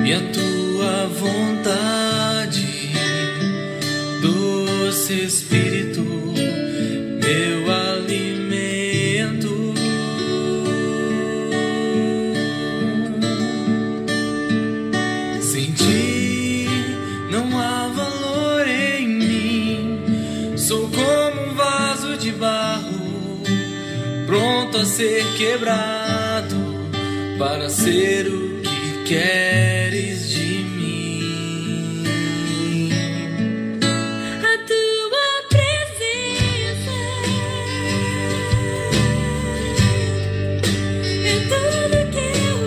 e a tua vontade, doce Espírito, meu alimento. Sem ti não há valor em mim, sou como um vaso de barro, pronto a ser quebrado, para ser o que queres de mim. A tua presença é tudo que eu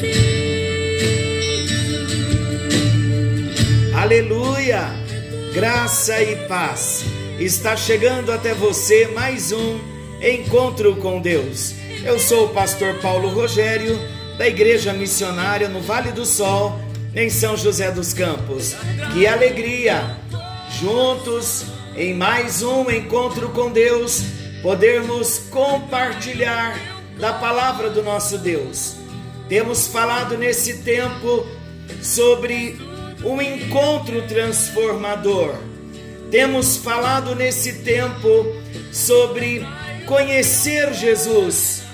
preciso. Aleluia! Graça e paz. Está chegando até você mais um Encontro com Deus. Eu sou o pastor Paulo Rogério, da Igreja Missionária no Vale do Sol, em São José dos Campos. Que alegria, juntos, em mais um Encontro com Deus, podermos compartilhar da palavra do nosso Deus. Temos falado nesse tempo sobre um encontro transformador. Temos falado nesse tempo sobre conhecer Jesus.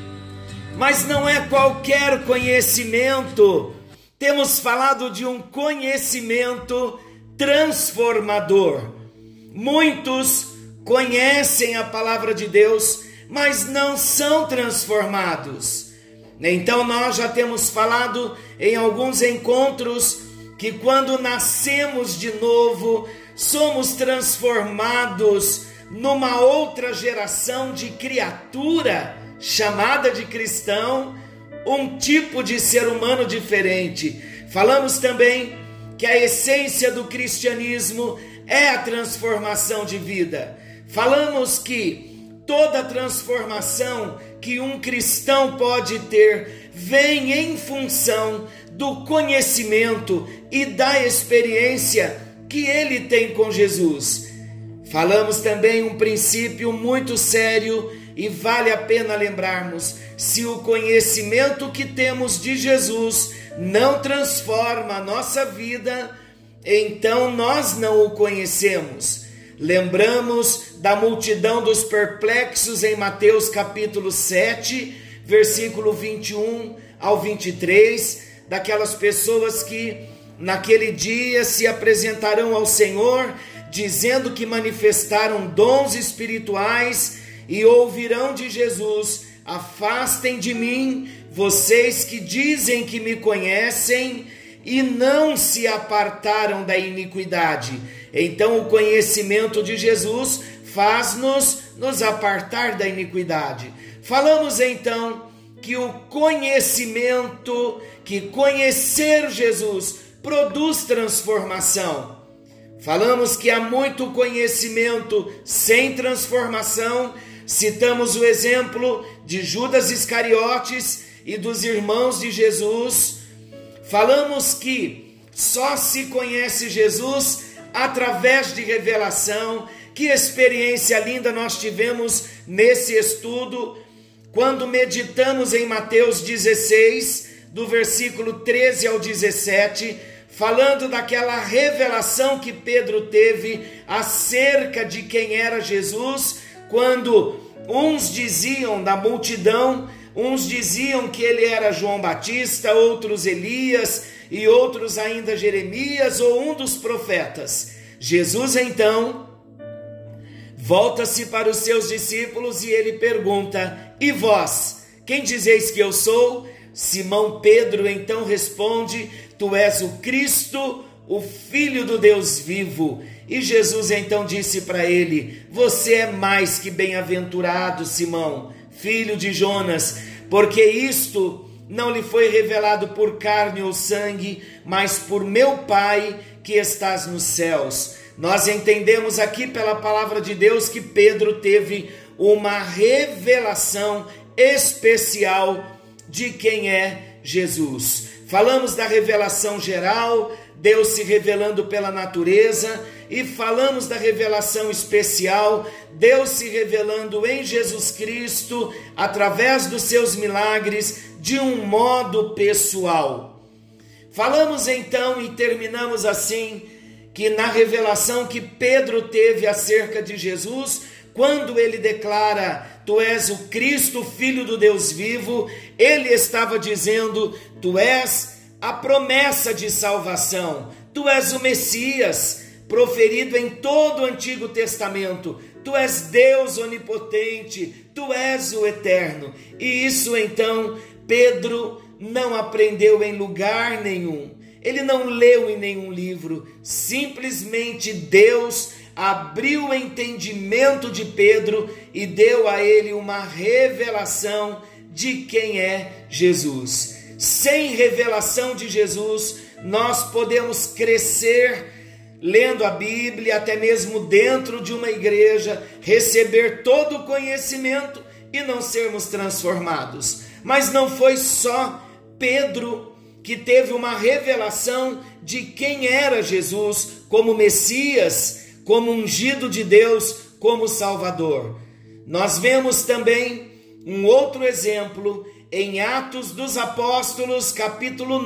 Mas não é qualquer conhecimento. Temos falado de um conhecimento transformador. Muitos conhecem a palavra de Deus, mas não são transformados. Então nós já temos falado em alguns encontros que quando nascemos de novo, somos transformados numa outra geração de criatura chamada de cristão, um tipo de ser humano diferente. Falamos também que a essência do cristianismo é a transformação de vida. Falamos que toda transformação que um cristão pode ter vem em função do conhecimento e da experiência que ele tem com Jesus. Falamos também um princípio muito sério e vale a pena lembrarmos: se o conhecimento que temos de Jesus não transforma a nossa vida, então nós não o conhecemos. Lembramos da multidão dos perplexos em Mateus capítulo 7, versículo 21 ao 23, daquelas pessoas que naquele dia se apresentarão ao Senhor, dizendo que manifestaram dons espirituais e ouvirão de Jesus: afastem de mim, vocês que dizem que me conhecem e não se apartaram da iniquidade. Então o conhecimento de Jesus faz-nos nos apartar da iniquidade. Falamos então que o conhecimento, que conhecer Jesus produz transformação. Falamos que há muito conhecimento sem transformação. Citamos o exemplo de Judas Iscariotes e dos irmãos de Jesus. Falamos que só se conhece Jesus através de revelação. Que experiência linda nós tivemos nesse estudo, quando meditamos em Mateus 16, do versículo 13 ao 17, falando daquela revelação que Pedro teve acerca de quem era Jesus, quando uns diziam da multidão, uns diziam que ele era João Batista, outros Elias e outros ainda Jeremias ou um dos profetas. Jesus então volta-se para os seus discípulos e ele pergunta: e vós, quem dizeis que eu sou? Simão Pedro então responde: tu és o Cristo, o Filho do Deus vivo. E Jesus então disse para ele: você é mais que bem-aventurado, Simão, filho de Jonas, porque isto não lhe foi revelado por carne ou sangue, mas por meu Pai que estás nos céus. Nós entendemos aqui pela palavra de Deus que Pedro teve uma revelação especial de quem é Jesus. Falamos da revelação geral, Deus se revelando pela natureza, e falamos da revelação especial, Deus se revelando em Jesus Cristo, através dos seus milagres, de um modo pessoal. Falamos então e terminamos assim, que na revelação que Pedro teve acerca de Jesus, quando ele declara: Tu és o Cristo, Filho do Deus vivo, ele estava dizendo: Tu és a promessa de salvação, Tu és o Messias, proferido em todo o Antigo Testamento, Tu és Deus onipotente, Tu és o Eterno. E isso então Pedro não aprendeu em lugar nenhum, ele não leu em nenhum livro, simplesmente Deus abriu o entendimento de Pedro e deu a ele uma revelação de quem é Jesus. Sem revelação de Jesus, nós podemos crescer lendo a Bíblia, até mesmo dentro de uma igreja, receber todo o conhecimento e não sermos transformados. Mas não foi só Pedro que teve uma revelação de quem era Jesus como Messias, como ungido de Deus, como Salvador. Nós vemos também um outro exemplo em Atos dos Apóstolos, capítulo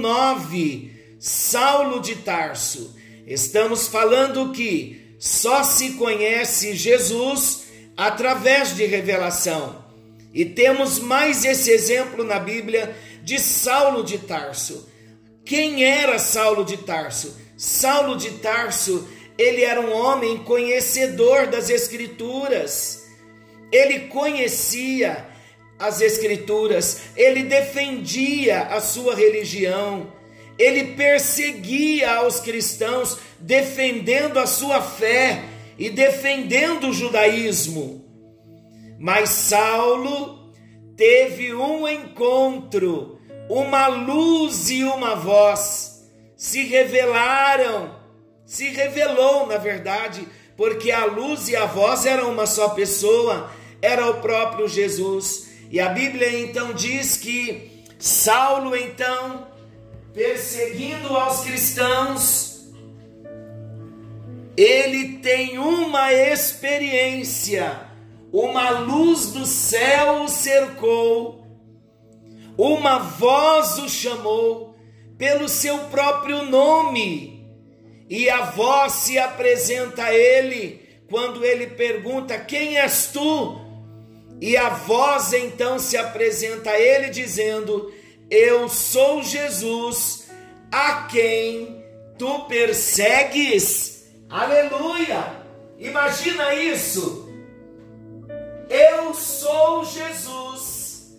9, Saulo de Tarso. Estamos falando que só se conhece Jesus através de revelação. E temos mais esse exemplo na Bíblia de Saulo de Tarso. Quem era Saulo de Tarso? Saulo de Tarso, ele era um homem conhecedor das Escrituras. Ele conhecia as Escrituras, ele defendia a sua religião, ele perseguia aos cristãos, defendendo a sua fé e defendendo o judaísmo. Mas Saulo teve um encontro, uma luz e uma voz, se revelou na verdade, porque a luz e a voz eram uma só pessoa, era o próprio Jesus. E a Bíblia então diz que Saulo então, perseguindo aos cristãos, ele tem uma experiência, uma luz do céu o cercou, uma voz o chamou pelo seu próprio nome, e a voz se apresenta a ele quando ele pergunta: quem és tu? E a voz então se apresenta a ele dizendo: eu sou Jesus, a quem tu persegues. Aleluia! Imagina isso! Eu sou Jesus,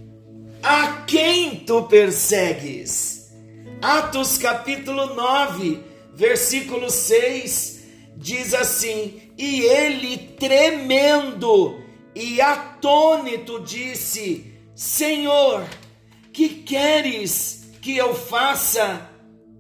a quem tu persegues. Atos capítulo 9, versículo 6, diz assim: e ele tremendo e atônito disse: Senhor, que queres que eu faça?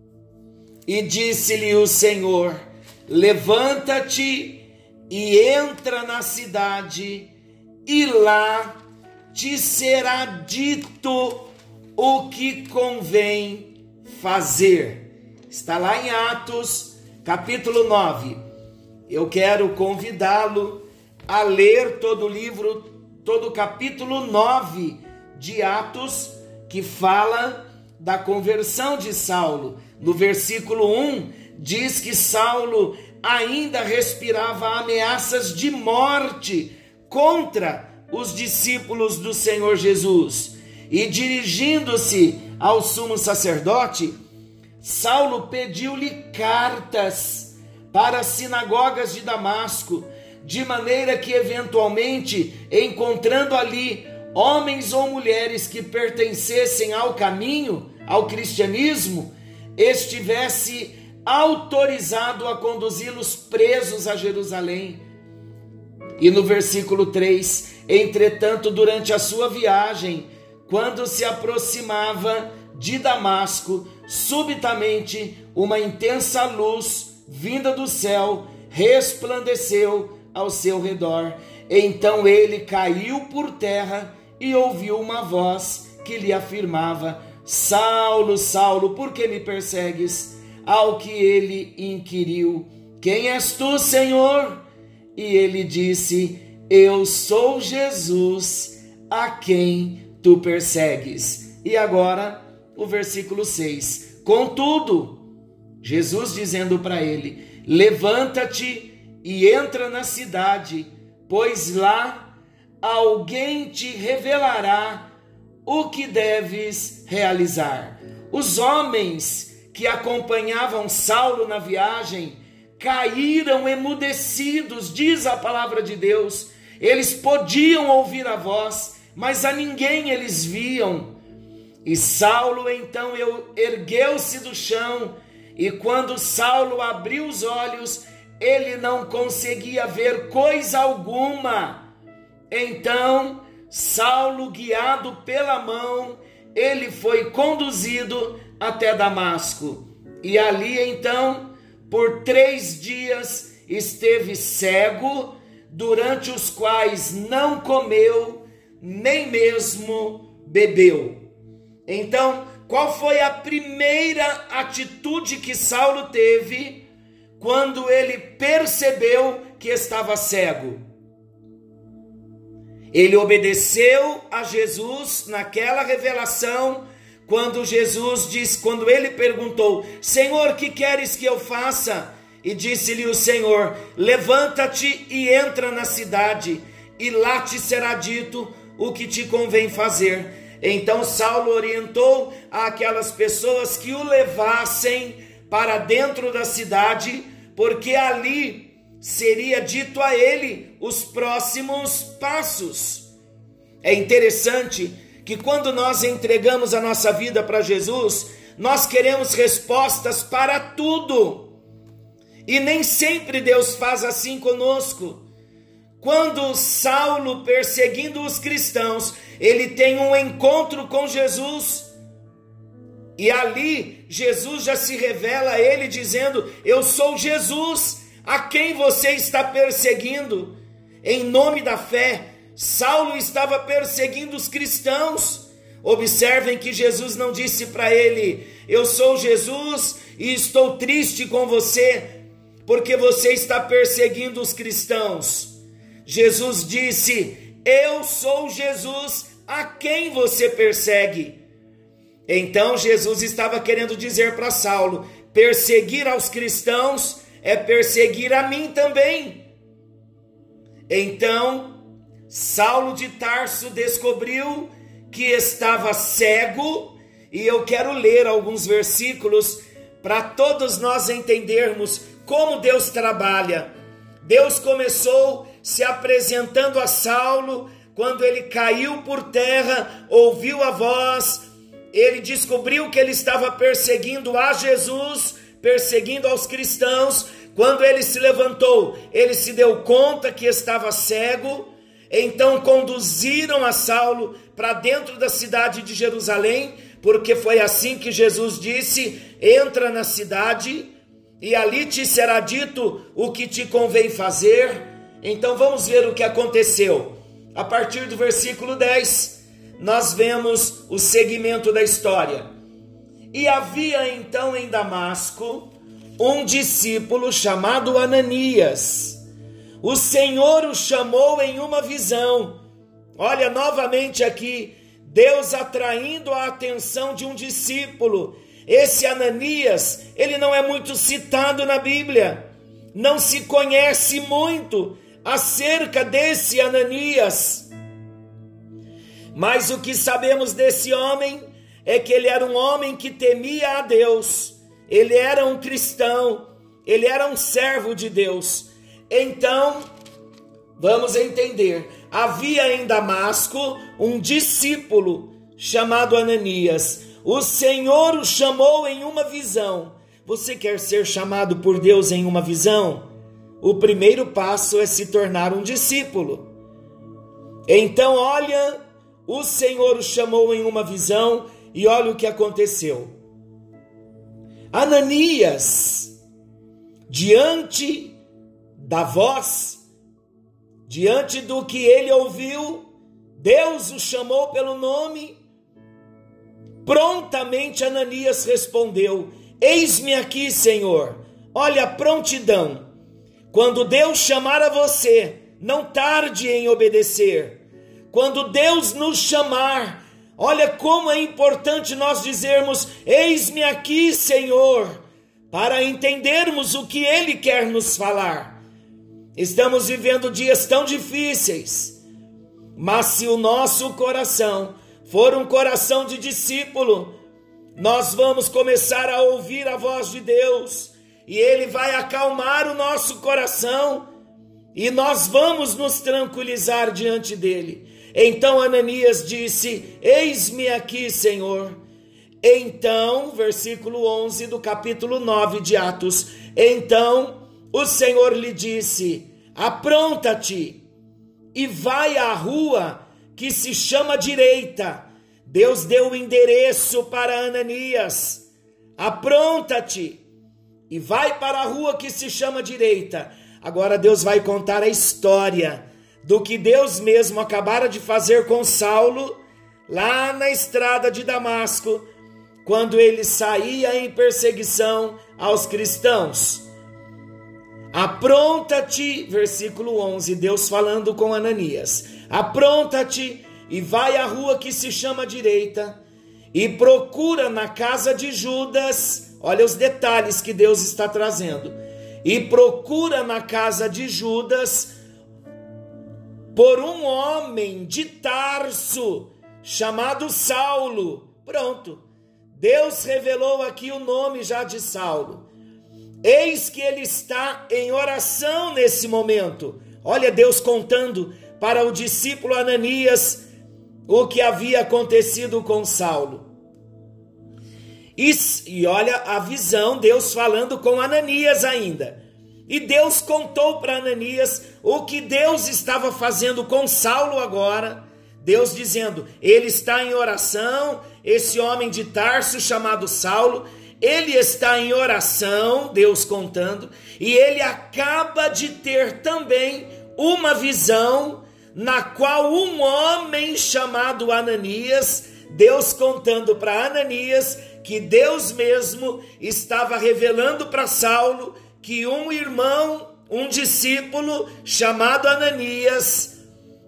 E disse-lhe o Senhor: levanta-te e entra na cidade, e lá te será dito o que convém fazer. Está lá em Atos, capítulo 9. Eu quero convidá-lo a ler todo o livro, todo o capítulo 9 de Atos, que fala da conversão de Saulo. No versículo 1, diz que Saulo ainda respirava ameaças de morte contra os discípulos do Senhor Jesus. E dirigindo-se ao sumo sacerdote, Saulo pediu-lhe cartas para as sinagogas de Damasco, de maneira que eventualmente, encontrando ali homens ou mulheres que pertencessem ao caminho, ao cristianismo, estivesse autorizado a conduzi-los presos a Jerusalém. E no versículo 3, entretanto, durante a sua viagem, quando se aproximava de Damasco, subitamente uma intensa luz vinda do céu resplandeceu ao seu redor. Então ele caiu por terra e ouviu uma voz que lhe afirmava: Saulo, Saulo, por que me persegues? Ao que ele inquiriu: quem és tu, Senhor? E ele disse: eu sou Jesus, a quem tu persegues. E agora o versículo 6, Contudo, Jesus dizendo para ele: levanta-te e entra na cidade, pois lá alguém te revelará o que deves realizar. Os homens que acompanhavam Saulo na viagem caíram emudecidos, diz a palavra de Deus. Eles podiam ouvir a voz, mas a ninguém eles viam. E Saulo então ergueu-se do chão, e quando Saulo abriu os olhos, ele não conseguia ver coisa alguma. Então Saulo, guiado pela mão, ele foi conduzido até Damasco. E ali então, por 3 dias, esteve cego, durante os quais não comeu, nem mesmo bebeu. Então, qual foi a primeira atitude que Saulo teve quando ele percebeu que estava cego? Ele obedeceu a Jesus naquela revelação, quando ele perguntou: Senhor, que queres que eu faça? E disse-lhe o Senhor: levanta-te e entra na cidade, e lá te será dito o que te convém fazer. Então Saulo orientou aquelas pessoas que o levassem para dentro da cidade, porque ali seria dito a ele os próximos passos. É interessante que quando nós entregamos a nossa vida para Jesus, nós queremos respostas para tudo. E nem sempre Deus faz assim conosco. Quando Saulo, perseguindo os cristãos, ele tem um encontro com Jesus, e ali Jesus já se revela a ele dizendo: eu sou Jesus, a quem você está perseguindo. Em nome da fé, Saulo estava perseguindo os cristãos. Observem que Jesus não disse para ele: eu sou Jesus e estou triste com você, porque você está perseguindo os cristãos. Jesus disse: eu sou Jesus, a quem você persegue. Então Jesus estava querendo dizer para Saulo: perseguir aos cristãos é perseguir a mim também. Então Saulo de Tarso descobriu que estava cego, e eu quero ler alguns versículos para todos nós entendermos como Deus trabalha. Deus começou se apresentando a Saulo quando ele caiu por terra, ouviu a voz, ele descobriu que ele estava perseguindo a Jesus, perseguindo aos cristãos. Quando ele se levantou, ele se deu conta que estava cego. Então conduziram a Saulo para dentro da cidade de Jerusalém, porque foi assim que Jesus disse: entra na cidade e ali te será dito o que te convém fazer. Então vamos ver o que aconteceu. A partir do versículo 10, nós vemos o segmento da história. E havia então em Damasco um discípulo chamado Ananias. O Senhor o chamou em uma visão. Olha novamente aqui, Deus atraindo a atenção de um discípulo. Esse Ananias, ele não é muito citado na Bíblia. Não se conhece muito acerca desse Ananias. Mas o que sabemos desse homem é que ele era um homem que temia a Deus. Ele era um cristão, ele era um servo de Deus. Então, vamos entender. Havia em Damasco um discípulo chamado Ananias. O Senhor o chamou em uma visão. Você quer ser chamado por Deus em uma visão? O primeiro passo é se tornar um discípulo. Então, olha, o Senhor o chamou em uma visão e olha o que aconteceu. Ananias, diante da voz, diante do que ele ouviu, Deus o chamou pelo nome. Prontamente Ananias respondeu: eis-me aqui, Senhor. Olha a prontidão. Quando Deus chamar a você, não tarde em obedecer. Quando Deus nos chamar, Olha como é importante nós dizermos: eis-me aqui, Senhor, para entendermos o que Ele quer nos falar. Estamos vivendo dias tão difíceis, mas se o nosso coração for um coração de discípulo, nós vamos começar a ouvir a voz de Deus, e Ele vai acalmar o nosso coração, e nós vamos nos tranquilizar diante dEle. Então Ananias disse: eis-me aqui, Senhor. Então, versículo 11 do capítulo 9 de Atos, então o Senhor lhe disse: apronta-te e vai à rua que se chama Direita. Deus deu o endereço para Ananias: apronta-te e vai para a rua que se chama Direita. Agora Deus vai contar a história do que Deus mesmo acabara de fazer com Saulo lá na estrada de Damasco, quando ele saía em perseguição aos cristãos. Apronta-te, versículo 11, Deus falando com Ananias: apronta-te e vai à rua que se chama Direita e procura na casa de Judas. Olha os detalhes que Deus está trazendo. E procura na casa de Judas por um homem de Tarso chamado Saulo. Pronto, Deus revelou aqui o nome já de Saulo. Eis que ele está em oração nesse momento. Olha Deus contando para o discípulo Ananias o que havia acontecido com Saulo. E olha a visão, Deus falando com Ananias ainda. E Deus contou para Ananias o que Deus estava fazendo com Saulo agora. Deus dizendo: ele está em oração, esse homem de Tarso chamado Saulo, ele está em oração, Deus contando, e ele acaba de ter também uma visão na qual um homem chamado Ananias, Deus contando para Ananias que Deus mesmo estava revelando para Saulo que um irmão, um discípulo chamado Ananias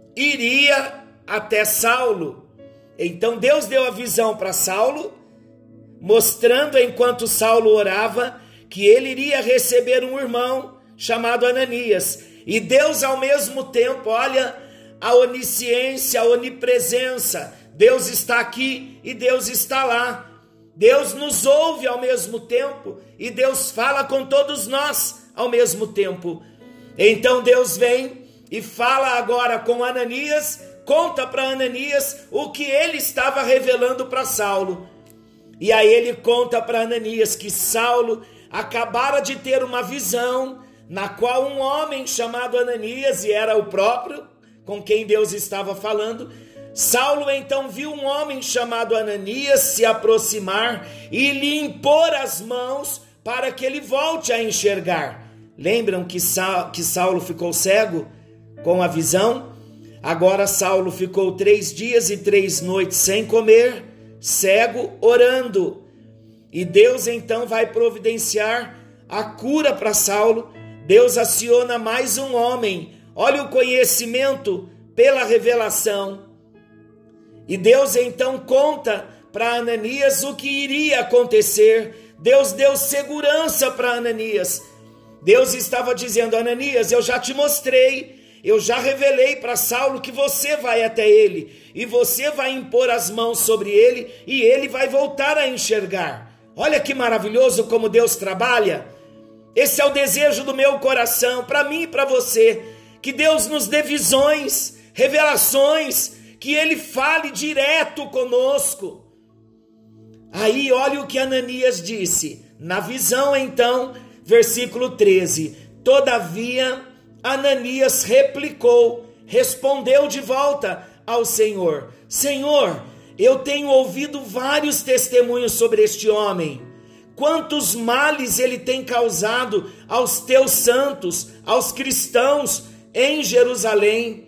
iria até Saulo. Então Deus deu a visão para Saulo, mostrando enquanto Saulo orava que ele iria receber um irmão chamado Ananias. E Deus ao mesmo tempo, olha a onisciência, a onipresença. Deus está aqui e Deus está lá. Deus nos ouve ao mesmo tempo e Deus fala com todos nós ao mesmo tempo. Então Deus vem e fala agora com Ananias, conta para Ananias o que ele estava revelando para Saulo. E aí ele conta para Ananias que Saulo acabara de ter uma visão na qual um homem chamado Ananias, e era o próprio com quem Deus estava falando, Saulo então viu um homem chamado Ananias se aproximar e lhe impor as mãos para que ele volte a enxergar. Lembram que Saulo ficou cego com a visão? Agora Saulo ficou 3 dias e 3 noites sem comer, cego, orando. E Deus então vai providenciar a cura para Saulo. Deus aciona mais um homem. Olha o conhecimento pela revelação. E Deus então conta para Ananias o que iria acontecer. Deus deu segurança para Ananias. Deus estava dizendo: Ananias, eu já te mostrei, eu já revelei para Saulo que você vai até ele, e você vai impor as mãos sobre ele, e ele vai voltar a enxergar. Olha que maravilhoso como Deus trabalha. Esse é o desejo do meu coração, para mim e para você, que Deus nos dê visões, revelações, que Ele fale direto conosco. Aí olha o que Ananias disse, na visão então, versículo 13, todavia Ananias respondeu de volta ao Senhor: Senhor, eu tenho ouvido vários testemunhos sobre este homem, quantos males ele tem causado aos teus santos, aos cristãos em Jerusalém.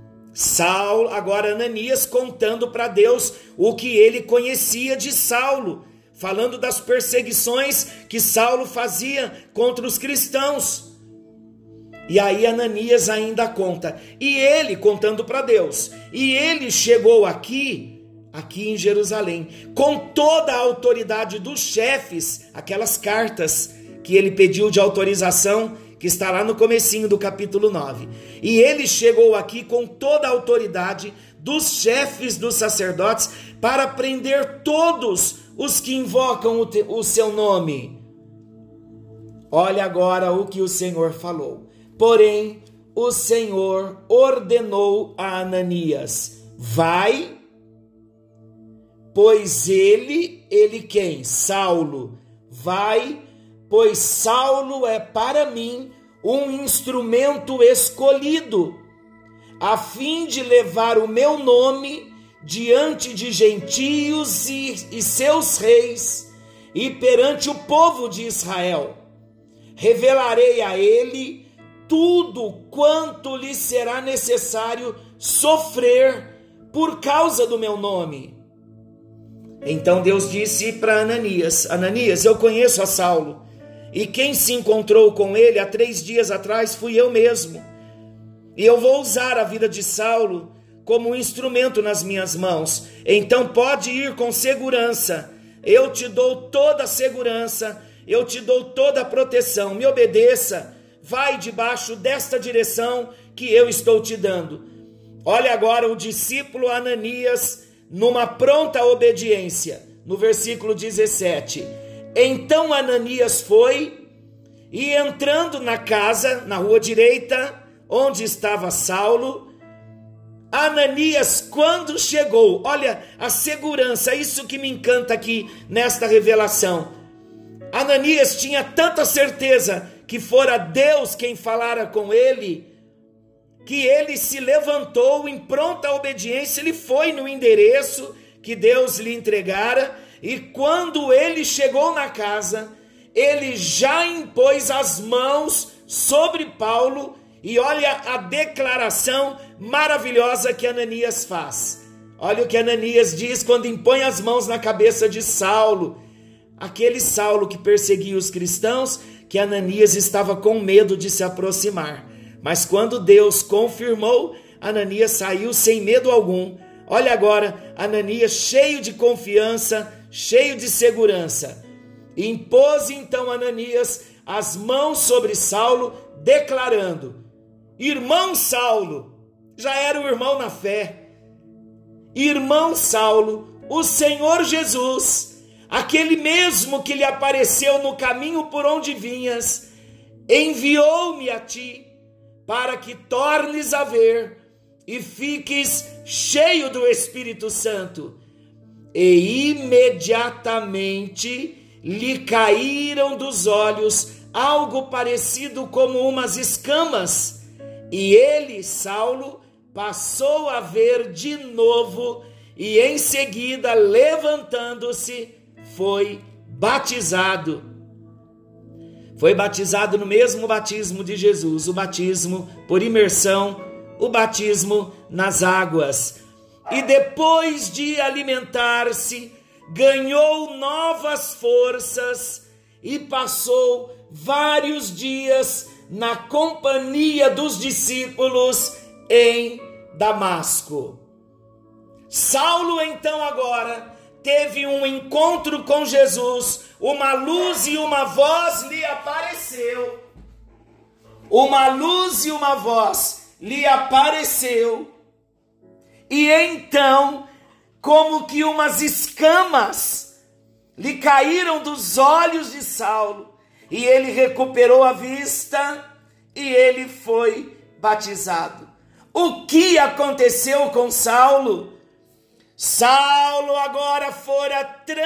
Agora Ananias contando para Deus o que ele conhecia de Saulo, falando das perseguições que Saulo fazia contra os cristãos. E aí Ananias ainda conta, e ele contando para Deus, e ele chegou aqui aqui em Jerusalém, com toda a autoridade dos chefes, aquelas cartas que ele pediu de autorização, que está lá no comecinho do capítulo 9. E ele chegou aqui com toda a autoridade dos chefes dos sacerdotes para prender todos os que invocam o seu nome. Olha agora o que o Senhor falou. Porém, o Senhor ordenou a Ananias: vai, pois ele quem? Saulo. Vai, pois Saulo é para mim um instrumento escolhido, a fim de levar o meu nome diante de gentios e seus reis e perante o povo de Israel. Revelarei a ele tudo quanto lhe será necessário sofrer por causa do meu nome. Então Deus disse para Ananias: Ananias, eu conheço a Saulo, e quem se encontrou com ele há 3 dias atrás fui eu mesmo. E eu vou usar a vida de Saulo como um instrumento nas minhas mãos. Então pode ir com segurança. Eu te dou toda a segurança, eu te dou toda a proteção. Me obedeça, vai debaixo desta direção que eu estou te dando. Olha agora o discípulo Ananias numa pronta obediência. No versículo 17. Então Ananias foi e, entrando na casa, na rua direita, onde estava Saulo, Ananias, quando chegou, olha a segurança, isso que me encanta aqui nesta revelação. Ananias tinha tanta certeza que fora Deus quem falara com ele, que ele se levantou em pronta obediência, ele foi no endereço que Deus lhe entregara, e quando ele chegou na casa, ele já impôs as mãos sobre Paulo, e olha a declaração maravilhosa que Ananias faz. Olha o que Ananias diz quando impõe as mãos na cabeça de Saulo, aquele Saulo que perseguia os cristãos, que Ananias estava com medo de se aproximar. Mas quando Deus confirmou, Ananias saiu sem medo algum. Olha agora, Ananias cheio de confiança, cheio de segurança. Impôs então Ananias as mãos sobre Saulo, declarando: irmão Saulo, já era o irmão na fé, irmão Saulo, o Senhor Jesus, aquele mesmo que lhe apareceu no caminho por onde vinhas, enviou-me a ti, para que tornes a ver e fiques cheio do Espírito Santo. E imediatamente lhe caíram dos olhos algo parecido como umas escamas, e ele, Saulo, passou a ver de novo, e em seguida, levantando-se, foi batizado. Foi batizado no mesmo batismo de Jesus, o batismo por imersão, o batismo nas águas. E depois de alimentar-se, ganhou novas forças e passou vários dias na companhia dos discípulos em Damasco. Saulo então agora teve um encontro com Jesus, uma luz e uma voz lhe apareceu. Uma luz e uma voz lhe apareceu. E então, como que umas escamas lhe caíram dos olhos de Saulo, e ele recuperou a vista e ele foi batizado. O que aconteceu com Saulo? Saulo agora fora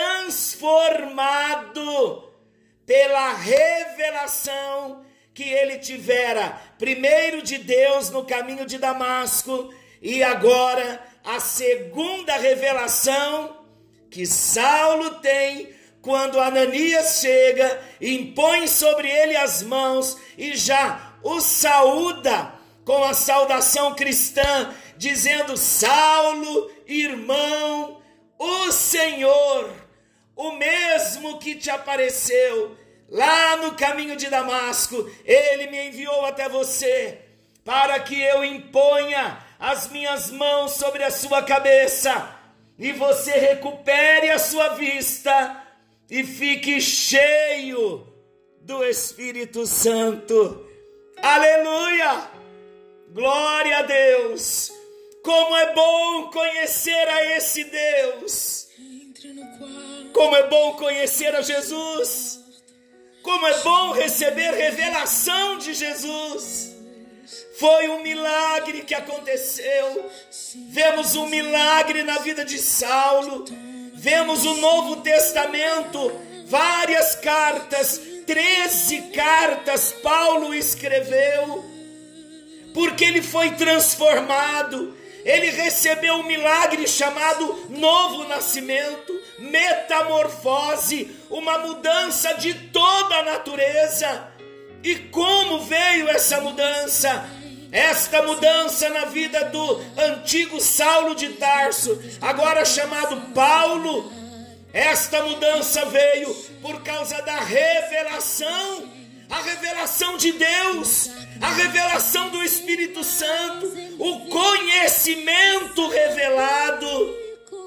transformado pela revelação que ele tivera, primeiro de Deus no caminho de Damasco, e agora a segunda revelação que Saulo tem quando Ananias chega, impõe sobre ele as mãos e já o saúda com a saudação cristã, dizendo: Saulo, irmão, o Senhor, o mesmo que te apareceu lá no caminho de Damasco, ele me enviou até você para que eu imponha as minhas mãos sobre a sua cabeça e você recupere a sua vista e fique cheio do Espírito Santo. Aleluia! Glória a Deus! Como é bom conhecer a esse Deus! Como é bom conhecer a Jesus! Como é bom receber revelação de Jesus! Foi um milagre que aconteceu. Vemos um milagre na vida de Saulo. Vemos o Novo Testamento, várias cartas, 13 cartas Paulo escreveu, porque ele foi transformado. Ele recebeu um milagre chamado novo nascimento, metamorfose, uma mudança de toda a natureza. E como veio essa mudança? Esta mudança na vida do antigo Saulo de Tarso, agora chamado Paulo, esta mudança veio por causa da revelação, a revelação de Deus, a revelação do Espírito Santo, o conhecimento revelado.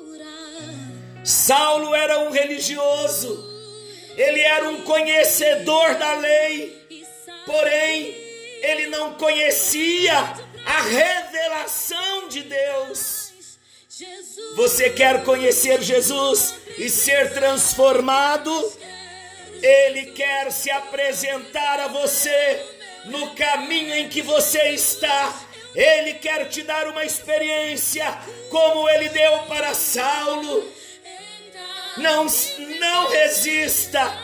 Saulo era um religioso, ele era um conhecedor da lei, porém, ele não conhecia a revelação de Deus. Você quer conhecer Jesus e ser transformado? Ele quer se apresentar a você no caminho em que você está. Ele quer te dar uma experiência como ele deu para Saulo. Não resista.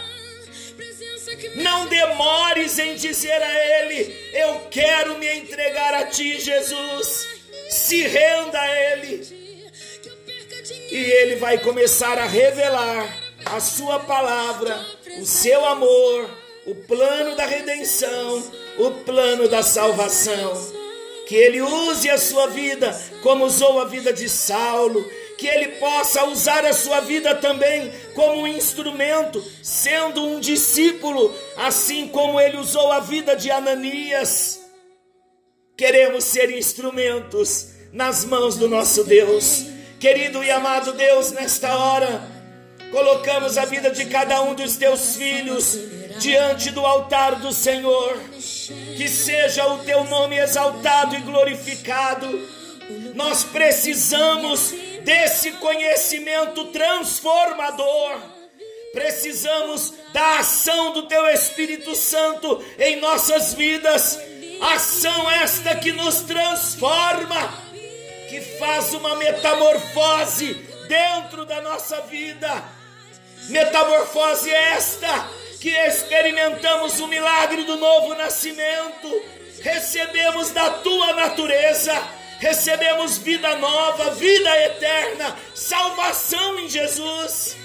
Não demores em dizer a Ele: eu quero me entregar a Ti, Jesus. Se renda a Ele. E Ele vai começar a revelar a Sua palavra, o Seu amor, o plano da redenção, o plano da salvação. Que Ele use a sua vida como usou a vida de Saulo. Que Ele possa usar a sua vida também como um instrumento, sendo um discípulo, assim como Ele usou a vida de Ananias. Queremos ser instrumentos nas mãos do nosso Deus. Querido e amado Deus, nesta hora, colocamos a vida de cada um dos Teus filhos diante do altar do Senhor. Que seja o Teu nome exaltado e glorificado. Nós precisamos desse conhecimento transformador. Precisamos da ação do Teu Espírito Santo em nossas vidas. Ação esta que nos transforma, que faz uma metamorfose dentro da nossa vida. Metamorfose esta que experimentamos o milagre do novo nascimento. Recebemos da Tua natureza. Recebemos vida nova, vida eterna, salvação em Jesus.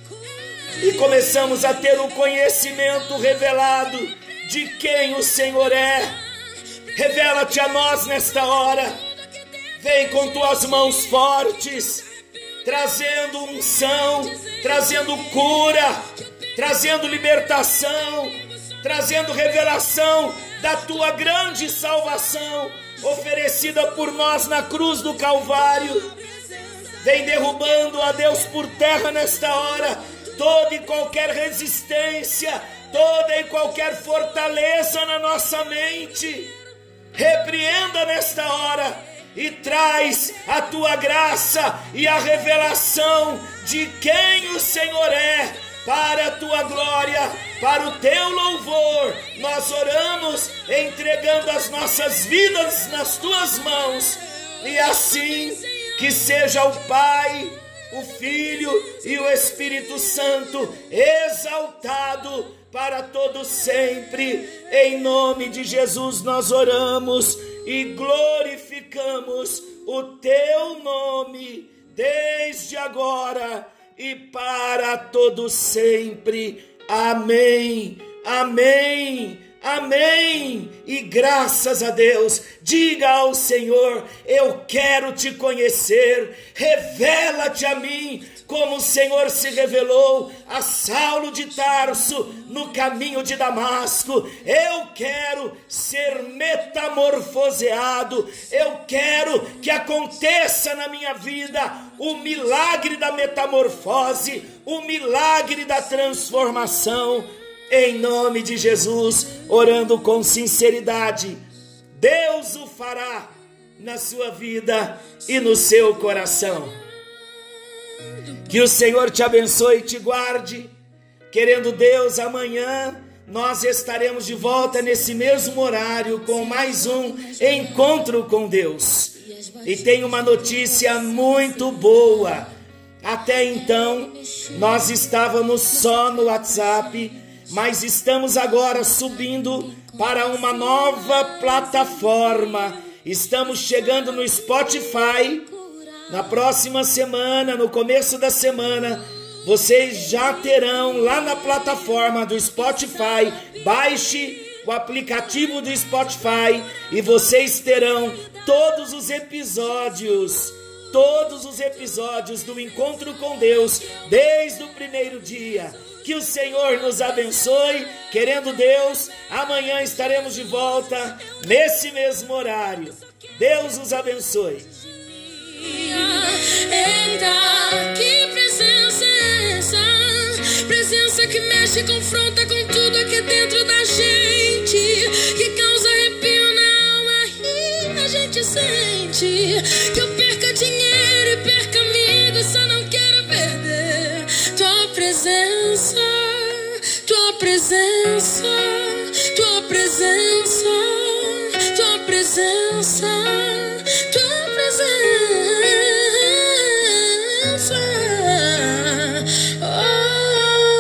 E começamos a ter o conhecimento revelado de quem o Senhor é. Revela-te a nós nesta hora. Vem com Tuas mãos fortes, trazendo unção, trazendo cura, trazendo libertação, trazendo revelação da Tua grande salvação, oferecida por nós na cruz do Calvário. Vem derrubando, ó Deus, por terra nesta hora toda e qualquer resistência, toda e qualquer fortaleza na nossa mente. Repreenda nesta hora e traz a Tua graça e a revelação de quem o Senhor é, para a Tua glória, para o Teu louvor. Nós oramos entregando as nossas vidas nas Tuas mãos, e assim que seja o Pai, o Filho e o Espírito Santo exaltado para todo sempre. Em nome de Jesus nós oramos e glorificamos o Teu nome desde agora e para todo sempre. Amém, amém, Amém. E graças a Deus. Diga ao Senhor: eu quero te conhecer. Revela-te a mim, como o Senhor se revelou a Saulo de Tarso no caminho de Damasco. Eu quero ser metamorfoseado. Eu quero que aconteça na minha vida o milagre da metamorfose, o milagre da transformação. Em nome de Jesus, orando com sinceridade, Deus o fará na sua vida e no seu coração. Que o Senhor te abençoe e te guarde. Querendo Deus, amanhã nós estaremos de volta nesse mesmo horário com mais um Encontro com Deus. E tem uma notícia muito boa. Até então, nós estávamos só no WhatsApp, mas estamos agora subindo para uma nova plataforma. Estamos chegando no Spotify. Na próxima semana, no começo da semana, vocês já terão lá na plataforma do Spotify. Baixe o aplicativo do Spotify e vocês terão todos os episódios do Encontro com Deus, desde o primeiro dia. Que o Senhor nos abençoe. Querendo Deus, amanhã estaremos de volta nesse mesmo horário. Deus os abençoe. Eita, que presença é essa? Presença que mexe, confronta com tudo aqui dentro da gente, que causa arrepio na alma e a gente sente. Que eu perca dinheiro e perca amigos, só não quero perder tua presença, tua presença.